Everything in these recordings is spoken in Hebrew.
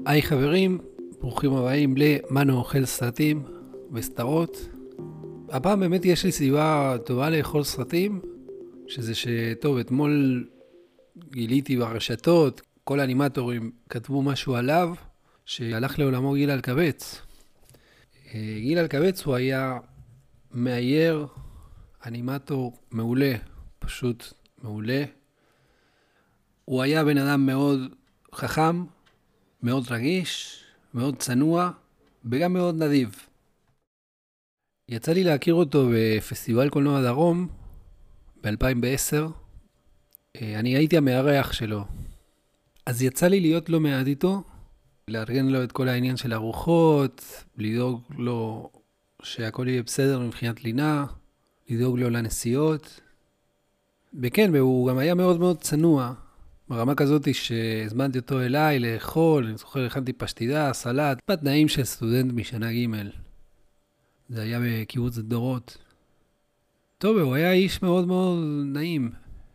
היי חברים, ברוכים הבאים למנו אוכל סרטים וסדרות. הפעם באמת יש לי סיבה טובה לאכול סרטים, שזה שטוב, אתמול גיליתי ברשתות, כל האנימטורים כתבו משהו עליו, שהלך לעולמו גיל אלקבץ. גיל אלקבץ הוא היה מאייר, אנימטור מעולה, פשוט מעולה. הוא היה בן אדם מאוד חכם, מאוד רגיש, מאוד צנוע, וגם מאוד נדיב. יצא לי להכיר אותו בפסטיבל קולנוע דרום ב-2010. אני הייתי המארח שלו. אז יצא לי להיות לא מעט איתו, לארגן לו את כל העניין של ארוחות, לדאוג לו שהכל יהיה בסדר מבחינת לינה, לדאוג לו לנסיעות. וכן, והוא גם היה מאוד מאוד צנוע. ברמה כזאת שהזמנתי אותו אליי לאכול, אני זוכר הכנתי פשטידה, סלט, בתנאים של סטודנט משנה ג'. זה היה בקיבוץ דורות. טוב, הוא היה איש מאוד מאוד נעים.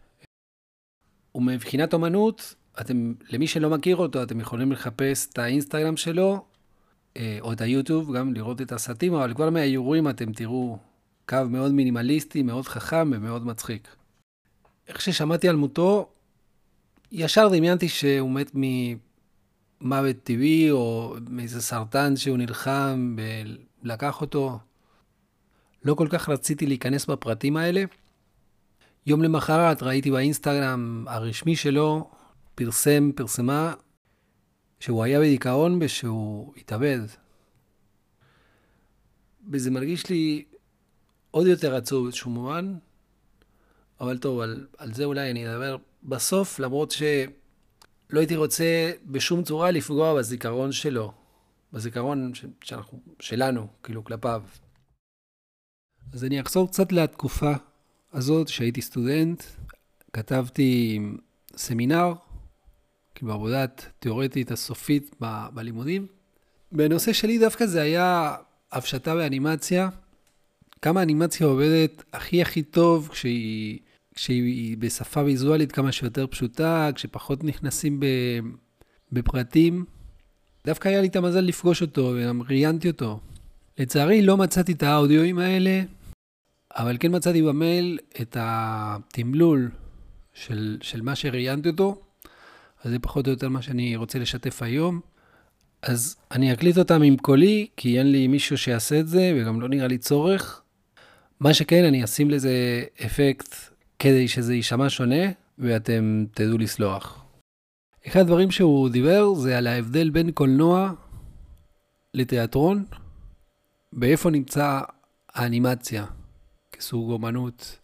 ומבחינת אומנות, למי שלא מכיר אותו, אתם יכולים לחפש את האינסטגרם שלו, או את היוטיוב, גם לראות את הסרטים, אבל כבר מהאיורים אתם תראו קו מאוד מינימליסטי, מאוד חכם ומאוד מצחיק. איך ששמעתי על מותו, ישר דמיינתי שהוא מת ממוות טבעי, או מאיזה סרטן שהוא נלחם ולקח אותו. לא כל כך רציתי להיכנס בפרטים האלה. יום למחרת ראיתי באינסטגרם הרשמי שלו, פרסמה שהוא היה בדיכאון ושהוא התאבד. וזה מרגיש לי עוד יותר עצוב באיזשהו מובן, אבל טוב, על זה אולי אני אדבר בסוף, למרות שלא הייתי רוצה בשום צורה לפגוע בזיכרון שלו, בזיכרון שלנו, כאילו כלפיו. אז אני אחזור קצת לתקופה הזאת שהייתי סטודנט, כתבתי סמינר, כאילו עבודת תיאורטית הסופית בלימודים. בנושא שלי דווקא זה היה הפשטה באנימציה, כמה אנימציה עובדת הכי טוב כשהיא בשפה ויזואלית כמה שיותר פשוטה, כשפחות נכנסים בפרטים. דווקא היה לי את המזל לפגוש אותו וגם ראיינתי אותו. לצערי לא מצאתי את האודיואים האלה, אבל כן מצאתי במייל את התמלול של מה שראיינתי אותו. אז זה פחות או יותר מה שאני רוצה לשתף היום. אז אני אקליט אותם עם קולי, כי אין לי מישהו שיעשה את זה, וגם לא נראה לי צורך. מה שכן, אני אשים לזה אפקט כדי שזה יישמע שונה, ואתם תדעו לסלוח. אחד הדברים שהוא דיבר זה על ההבדל בין קולנוע לתיאטרון, באיפה נמצא האנימציה כסוג אומנות.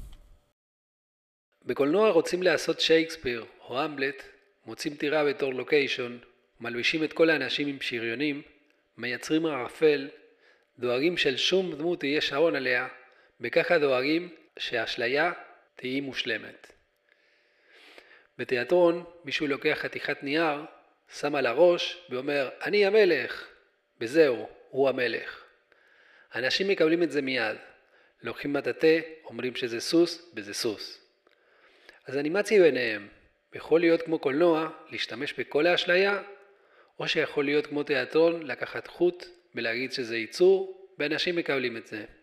בקולנוע רוצים לעשות שייקספיר או המלט, מוצאים טירה בתור לוקיישן, מלבישים את כל האנשים עם שריונים, מייצרים ערפל, דואגים של שום דמות תהיה שעון עליה, בככה דואגים שהאשליה תהיה מושלמת. בתיאטרון מישהו לוקח חתיכת נייר, שם על הראש ואומר אני המלך, וזהו, הוא המלך. אנשים מקבלים את זה מיד, לוקחים מטאטא, אומרים שזה סוס וזה סוס. אז אנימציה ביניהם, יכול להיות כמו קולנוע, להשתמש בכל האשליה, או שיכול להיות כמו תיאטרון, לקחת חוט ולהגיד שזה ייצור, ואנשים מקבלים את זה.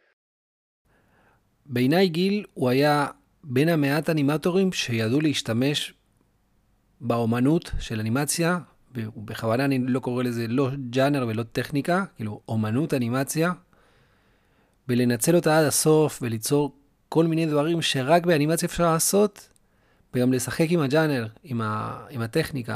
בעיניי גיל הוא היה בין המעט אנימטורים שידעו להשתמש באומנות של אנימציה, ובכוונה אני לא קורא לזה לא ג'אנר ולא טכניקה, כאילו אומנות אנימציה, ולנצל אותה עד הסוף וליצור כל מיני דברים שרק באנימציה אפשר לעשות, וגם לשחק עם הג'אנר, עם הטכניקה.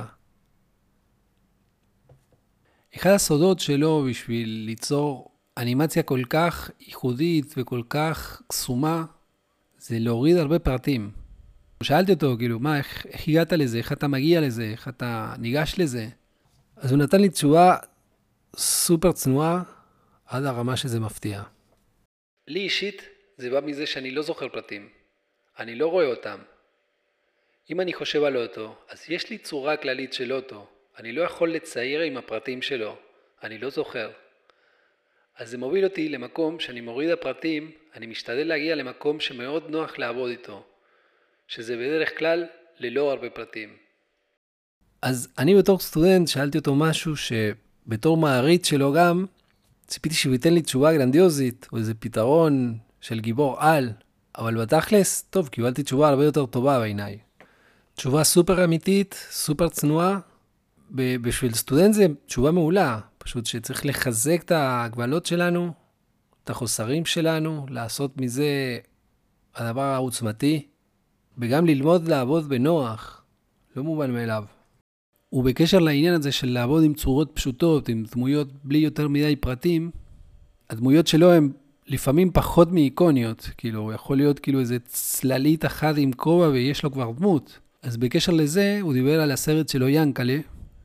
אחד הסודות שלו בשביל ליצור אנימציה כל כך ייחודית וכל כך קסומה, זה להוריד הרבה פרטים. שאלתי אותו, כאילו, איך הגעת לזה? איך אתה מגיע לזה? איך אתה ניגש לזה? אז הוא נתן לי תשובה סופר צנועה, עד הרמה שזה מפתיע. לי אישית, זה בא מזה שאני לא זוכר פרטים. אני לא רואה אותם. אם אני חושב על אוטו, אז יש לי צורה כללית של אוטו. אני לא יכול לצייר עם הפרטים שלו. אני לא זוכר. אז זה מוביל אותי למקום שאני מוריד הפרטים, אני משתדל להגיע למקום שמאוד נוח לעבוד איתו. שזה בדרך כלל ללא הרבה פרטים. אז אני בתור סטודנט שאלתי אותו משהו שבתור מעריץ שלו גם, ציפיתי שהוא ייתן לי תשובה גרנדיוזית, או איזה פתרון של גיבור על, אבל בתכלס, טוב, קיבלתי תשובה הרבה יותר טובה בעיניי. תשובה סופר אמיתית, סופר צנועה. בשביל סטודנט זה תשובה מעולה, פשוט שצריך לחזק את ההגבלות שלנו, את החוסרים שלנו, לעשות מזה הדבר העוצמתי, וגם ללמוד לעבוד בנוח, לא מובן מאליו. ובקשר לעניין הזה של לעבוד עם צורות פשוטות, עם דמויות בלי יותר מדי פרטים, הדמויות שלו הן לפעמים פחות מאיקוניות, כאילו יכול להיות כאילו איזה צללית אחת עם כובע ויש לו כבר דמות. אז בקשר לזה הוא דיבר על הסרט שלו ינקלה.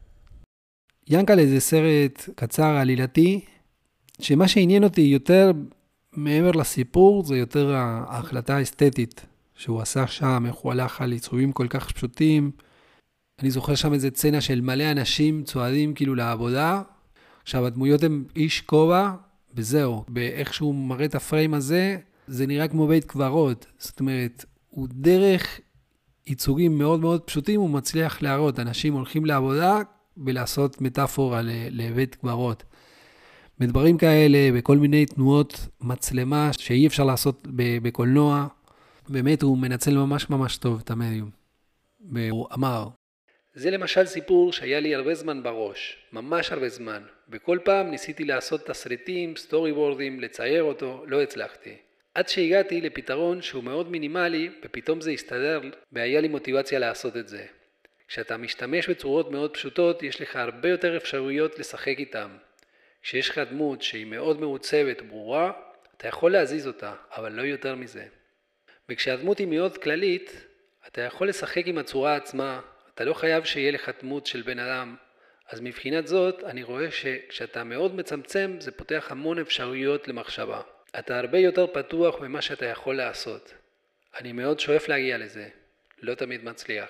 ינקלה זה סרט קצר עלילתי, שמה שעניין אותי יותר מעבר לסיפור זה יותר ההחלטה האסתטית שהוא עשה שם, איך הוא הלך על עיצובים כל כך פשוטים. אני זוכר שם איזה צנה של מלא אנשים צועדים כאילו לעבודה. עכשיו הדמויות הן איש כובע, וזהו. באיך שהוא מראה את הפריים הזה, זה נראה כמו בית קברות. זאת אומרת, הוא דרך ייצוגים מאוד מאוד פשוטים, הוא מצליח להראות. אנשים הולכים לעבודה ולעשות מטאפורה לבית קברות. בדברים כאלה, בכל מיני תנועות מצלמה שאי אפשר לעשות בקולנוע, באמת הוא מנצל ממש ממש טוב את המדיום. והוא אמר, זה למשל סיפור שהיה לי הרבה זמן בראש, ממש הרבה זמן. וכל פעם ניסיתי לעשות תסריטים, סטורי בורדים, לצייר אותו, לא הצלחתי. עד שהגעתי לפתרון שהוא מאוד מינימלי, ופתאום זה הסתדר, והיה לי מוטיבציה לעשות את זה. כשאתה משתמש בצורות מאוד פשוטות, יש לך הרבה יותר אפשרויות לשחק איתם. כשיש לך דמות שהיא מאוד מעוצבת וברורה, אתה יכול להזיז אותה, אבל לא יותר מזה. וכשהדמות היא מאוד כללית, אתה יכול לשחק עם הצורה עצמה, אתה לא חייב שיהיה לך דמות של בן אדם. אז מבחינת זאת, אני רואה שכשאתה מאוד מצמצם, זה פותח המון אפשרויות למחשבה. אתה הרבה יותר פתוח ממה שאתה יכול לעשות. אני מאוד שואף להגיע לזה. לא תמיד מצליח.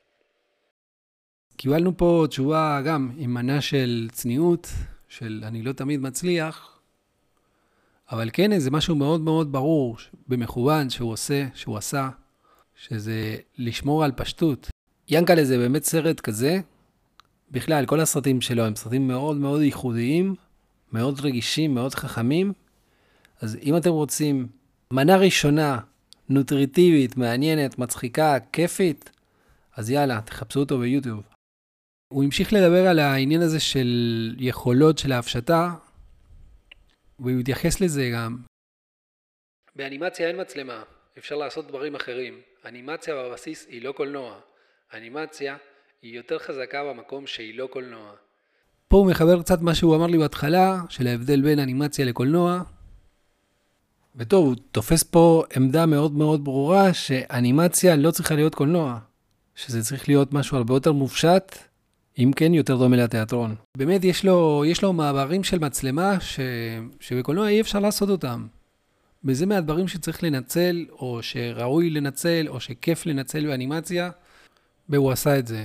קיבלנו פה תשובה גם עם מנה של צניעות, של אני לא תמיד מצליח, אבל כן, זה משהו מאוד מאוד ברור, במכוון שהוא עשה, שזה לשמור על פשטות. ינקלה זה באמת סרט כזה, בכלל כל הסרטים שלו הם סרטים מאוד מאוד ייחודיים, מאוד רגישים, מאוד חכמים, אז אם אתם רוצים מנה ראשונה, נוטריטיבית, מעניינת, מצחיקה, כיפית, אז יאללה, תחפשו אותו ביוטיוב. הוא המשיך לדבר על העניין הזה של יכולות של ההפשטה, והוא התייחס לזה גם. באנימציה אין מצלמה, אפשר לעשות דברים אחרים. אנימציה בבסיס היא לא קולנוע. אנימציה היא יותר חזקה במקום שהיא לא קולנוע. פה הוא מחבר קצת מה שהוא אמר לי בהתחלה, של ההבדל בין אנימציה לקולנוע. וטוב, הוא תופס פה עמדה מאוד מאוד ברורה, שאנימציה לא צריכה להיות קולנוע. שזה צריך להיות משהו הרבה יותר מופשט, אם כן יותר דומה לתיאטרון. באמת יש לו מעברים של מצלמה שבקולנוע אי אפשר לעשות אותם. וזה מהדברים שצריך לנצל, או שראוי לנצל, או שכיף לנצל באנימציה, והוא עשה את זה.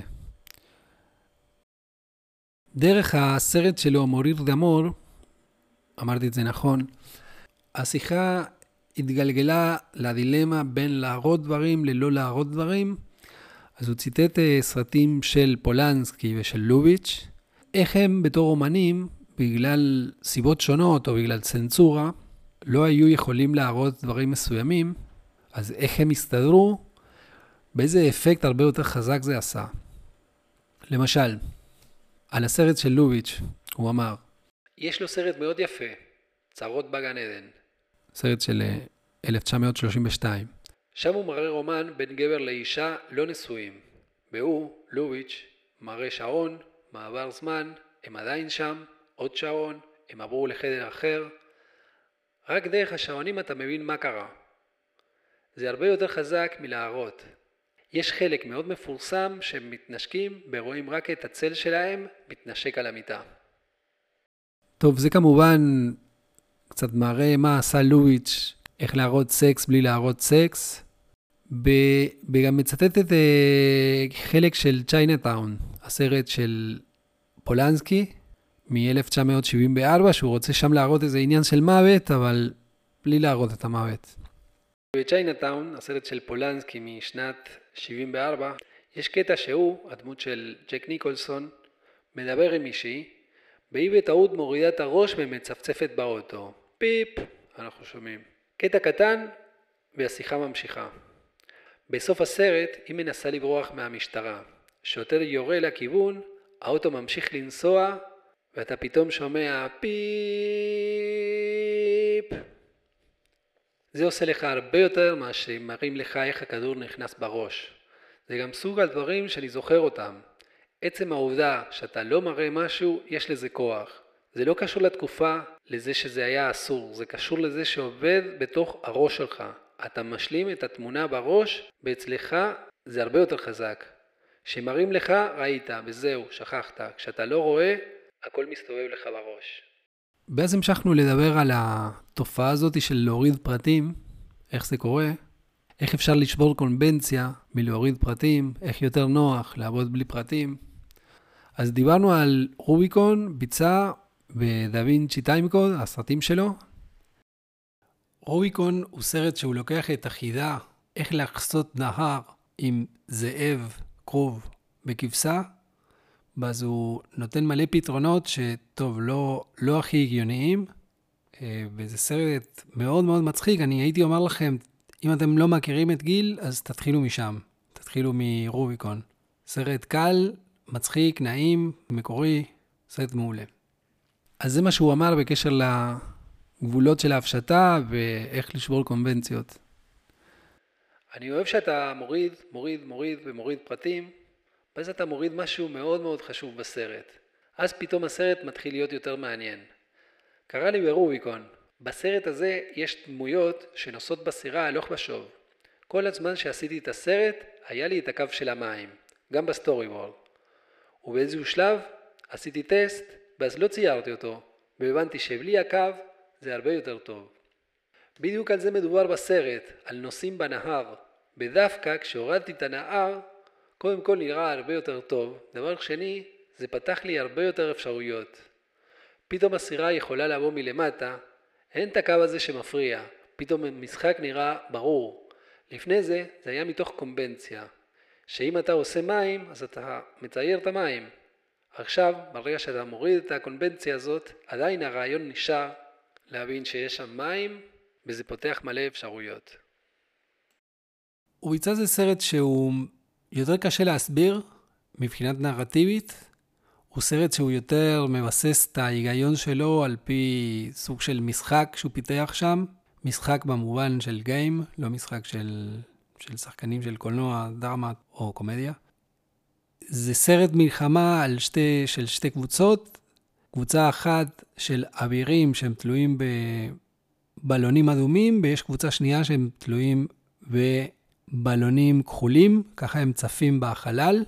דרך הסרט שלו, מוריר דמור, אמרתי את זה נכון, השיחה התגלגלה לדילמה בין להראות דברים ללא להראות דברים, אז הוא ציטט סרטים של פולנסקי ושל לוביץ', איך הם בתור אומנים, בגלל סיבות שונות או בגלל צנצורה, לא היו יכולים להראות דברים מסוימים, אז איך הם הסתדרו, באיזה אפקט הרבה יותר חזק זה עשה. למשל, על הסרט של לוביץ', הוא אמר, יש לו סרט מאוד יפה, צרות בגן עדן. סרט של 1932. שם הוא מראה רומן בין גבר לאישה לא נשואים. והוא, לוביץ', מראה שעון, מעבר זמן, הם עדיין שם, עוד שעון, הם עברו לחדר אחר. רק דרך השעונים אתה מבין מה קרה. זה הרבה יותר חזק מלהראות. יש חלק מאוד מפורסם שהם מתנשקים ורואים רק את הצל שלהם מתנשק על המיטה. טוב, זה כמובן קצת מראה מה עשה לוביץ', איך להראות סקס בלי להראות סקס. וגם מצטט את חלק של צ'יינאטאון, הסרט של פולנסקי מ-1974, שהוא רוצה שם להראות איזה עניין של מוות, אבל בלי להראות את המוות. בצ'יינאטאון, הסרט של פולנסקי משנת 74, יש קטע שהוא, הדמות של ג'ק ניקולסון, מדבר עם מישהי, והיא בטעות מורידה את הראש ומצפצפת באוטו. פיפ, אנחנו שומעים. קטע קטן והשיחה ממשיכה. בסוף הסרט היא מנסה לברוח מהמשטרה. שוטר יורה לכיוון, האוטו ממשיך לנסוע, ואתה פתאום שומע פיפ. זה עושה לך הרבה יותר מה שמראים לך איך הכדור נכנס בראש. זה גם סוג הדברים שאני זוכר אותם. עצם העובדה שאתה לא מראה משהו, יש לזה כוח. זה לא קשור לתקופה, לזה שזה היה אסור. זה קשור לזה שעובד בתוך הראש שלך. אתה משלים את התמונה בראש, ואצלך זה הרבה יותר חזק. שמראים לך, ראית, וזהו, שכחת. כשאתה לא רואה, הכל מסתובב לך בראש. ואז המשכנו לדבר על התופעה הזאת של להוריד פרטים, איך זה קורה, איך אפשר לשבור קונבנציה מלהוריד פרטים, איך יותר נוח לעבוד בלי פרטים. אז דיברנו על רוביקון, ביצע בדה וינצ'י טיימקוד, הסרטים שלו. רוביקון הוא סרט שהוא לוקח את החידה, איך לחצות נהר עם זאב, כרוב וכבשה, ואז הוא נותן מלא פתרונות שטוב, לא הכי הגיוניים, וזה סרט מאוד מאוד מצחיק. אני הייתי אומר לכם, אם אתם לא מכירים את גיל, אז תתחילו משם, תתחילו מרוביקון. סרט קל, מצחיק, נעים, מקורי, סרט מעולה. אז זה מה שהוא אמר בקשר לגבולות של ההפשטה ואיך לשבור קונבנציות. אני אוהב שאתה מוריד פרטים, ואז אתה מוריד משהו מאוד מאוד חשוב בסרט. אז פתאום הסרט מתחיל להיות יותר מעניין. קרה לי ברוביקון. בסרט הזה יש דמויות שנוסעות בסירה הלוך ושוב. כל הזמן שעשיתי את הסרט, היה לי את הקו של המים, גם בסטורי וורד. ובאיזשהו שלב עשיתי טסט, ואז לא ציירתי אותו, והבנתי שבלי הקו זה הרבה יותר טוב. בדיוק על זה מדובר בסרט, על נוסעים בנהר. בדווקא כשהורדתי את הנהר, קודם כל נראה הרבה יותר טוב. דבר שני, זה פתח לי הרבה יותר אפשרויות. פתאום הסירה יכולה לבוא מלמטה, אין את הקו הזה שמפריע. פתאום המשחק נראה ברור. לפני זה היה מתוך קומבנציה. שאם אתה עושה מים, אז אתה מצייר את המים. עכשיו, ברגע שאתה מוריד את הקומבנציה הזאת, עדיין הרעיון נשאר להבין שיש שם מים, וזה פותח מלא אפשרויות. וביצע זה סרט שהוא יותר קשה להסביר מבחינת נרטיבית. הוא סרט שהוא יותר מבסס את ההיגיון שלו על פי סוג של משחק שהוא פיתח שם. משחק במובן של גיים, לא משחק של שחקנים של קולנוע, דרמה או קומדיה. זה סרט מלחמה על שתי קבוצות. קבוצה אחת של אבירים שהם תלויים בבלונים אדומים, ויש קבוצה שנייה שהם תלויים בבלונים כחולים, ככה הם צפים בחלל.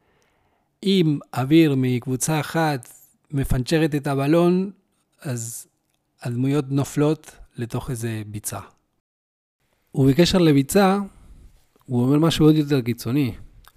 אם אוויר מקבוצה אחת מפנצ'רת את הבלון, אז הדמויות נופלות לתוך איזה ביצה. ובקשר לביצה, הוא אומר משהו עוד יותר קיצוני.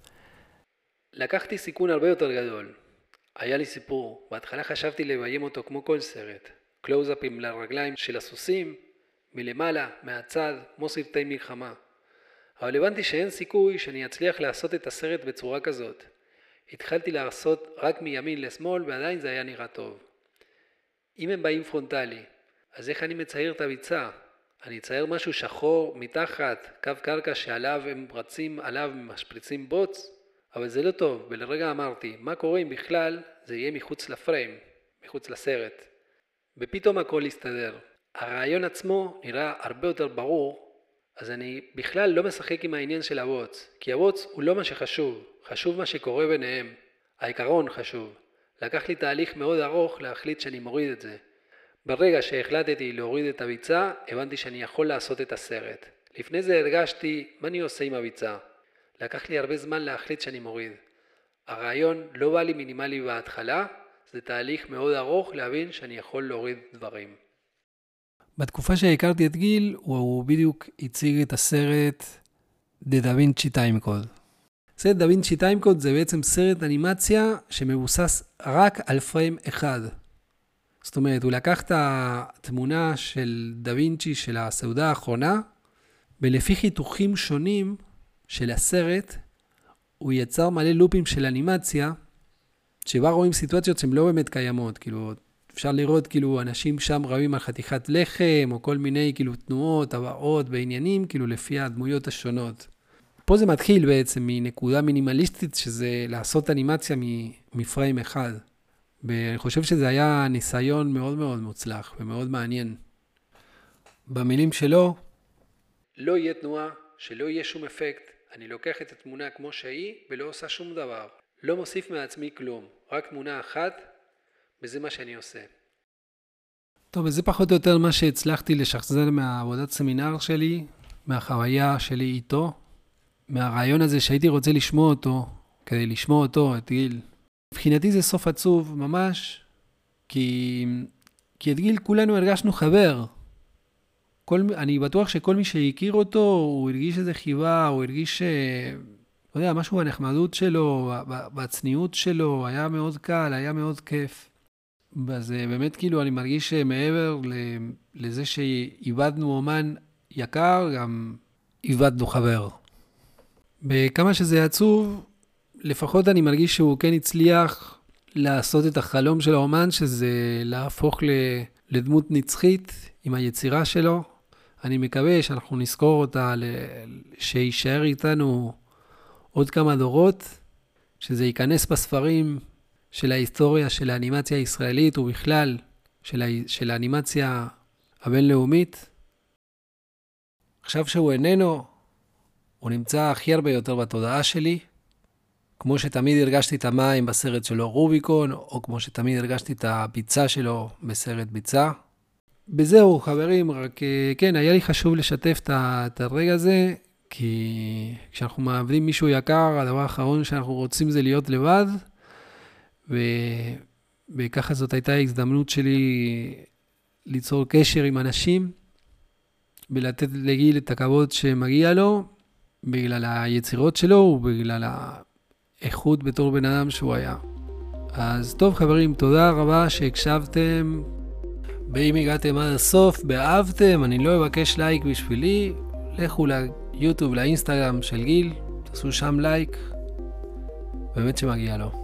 לקחתי סיכון הרבה יותר גדול. היה לי סיפור, בהתחלה חשבתי לביים אותו כמו כל סרט. קלוזאפים לרגליים של הסוסים, מלמעלה, מהצד, כמו סרטי מלחמה. אבל הבנתי שאין סיכוי שאני אצליח לעשות את הסרט בצורה כזאת. התחלתי לעשות רק מימין לשמאל ועדיין זה היה נראה טוב. אם הם באים פרונטלי, אז איך אני מצייר את הביצה? אני אצייר משהו שחור מתחת, קו קרקע שעליו הם רצים עליו משפריצים בוץ? אבל זה לא טוב, ולרגע אמרתי, מה קורה אם בכלל זה יהיה מחוץ לפריים, מחוץ לסרט? ופתאום הכל יסתדר. הרעיון עצמו נראה הרבה יותר ברור, אז אני בכלל לא משחק עם העניין של הבוץ, כי הבוץ הוא לא מה שחשוב, חשוב מה שקורה ביניהם. העיקרון חשוב. לקח לי תהליך מאוד ארוך להחליט שאני מוריד את זה. ברגע שהחלטתי להוריד את הביצה, הבנתי שאני יכול לעשות את הסרט. לפני זה הרגשתי מה אני עושה עם הביצה. לקח לי הרבה זמן להחליט שאני מוריד. הרעיון לא בא לי מינימלי בהתחלה, זה תהליך מאוד ארוך להבין שאני יכול להוריד דברים. בתקופה שהכרתי את גיל, הוא בדיוק הציג את הסרט The Da Vinci Time Code. סרט Da Vinci Time Code זה בעצם סרט אנימציה שמבוסס רק על פריים אחד. זאת אומרת, הוא לקח את התמונה של דה וינצ'י של הסעודה האחרונה, ולפי חיתוכים שונים של הסרט, הוא יצר מלא לופים של אנימציה, שבה רואים סיטואציות שהן לא באמת קיימות, כאילו, אפשר לראות כאילו אנשים שם רבים על חתיכת לחם, או כל מיני כאילו תנועות, הבאות בעניינים, כאילו לפי הדמויות השונות. פה זה מתחיל בעצם מנקודה מינימליסטית, שזה לעשות אנימציה מפריים אחד. ואני חושב שזה היה ניסיון מאוד מאוד מוצלח ומאוד מעניין. במילים שלו, לא יהיה תנועה, שלא יהיה שום אפקט, אני לוקח את התמונה כמו שהיא ולא עושה שום דבר. לא מוסיף מעצמי כלום, רק תמונה אחת, וזה מה שאני עושה. טוב, וזה פחות או יותר מה שהצלחתי לשחזר מהעבודת סמינר שלי, מהחוויה שלי איתו, מהרעיון הזה שהייתי רוצה לשמוע אותו, כדי לשמוע אותו, את גיל. מבחינתי זה סוף עצוב ממש, כי את גיל כולנו הרגשנו חבר. אני בטוח שכל מי שהכיר אותו, הוא הרגיש איזה חיבה, הוא הרגיש, לא יודע, משהו בנחמדות שלו, בצניעות שלו, היה מאוד קל, היה מאוד כיף. אז באמת כאילו אני מרגיש שמעבר לזה שאיבדנו אומן יקר, גם איבדנו חבר. בכמה שזה עצוב, לפחות אני מרגיש שהוא כן הצליח לעשות את החלום של האומן, שזה להפוך לדמות נצחית עם היצירה שלו. אני מקווה שאנחנו נזכור אותה, שישאר איתנו עוד כמה דורות, שזה ייכנס בספרים של ההיסטוריה של האנימציה הישראלית, ובכלל של האנימציה הבינלאומית. עכשיו שהוא איננו, הוא נמצא הכי הרבה יותר בתודעה שלי, כמו שתמיד הרגשתי את המים בסרט שלו רוביקון, או כמו שתמיד הרגשתי את הביצה שלו בסרט ביצה. בזהו חברים, רק כן, היה לי חשוב לשתף את הרגע הזה, כי כשאנחנו מאבדים מישהו יקר, הדבר האחרון שאנחנו רוצים זה להיות לבד, וככה זאת הייתה ההזדמנות שלי ליצור קשר עם אנשים, ולתת לגיל את הכבוד שמגיע לו, בגלל היצירות שלו ובגלל האיכות בתור בן אדם שהוא היה. אז טוב חברים, תודה רבה שהקשבתם. ואם הגעתם עד הסוף, באהבתם, אני לא אבקש לייק בשבילי, לכו ליוטיוב, לאינסטגרם של גיל, תעשו שם לייק, באמת שמגיע לו.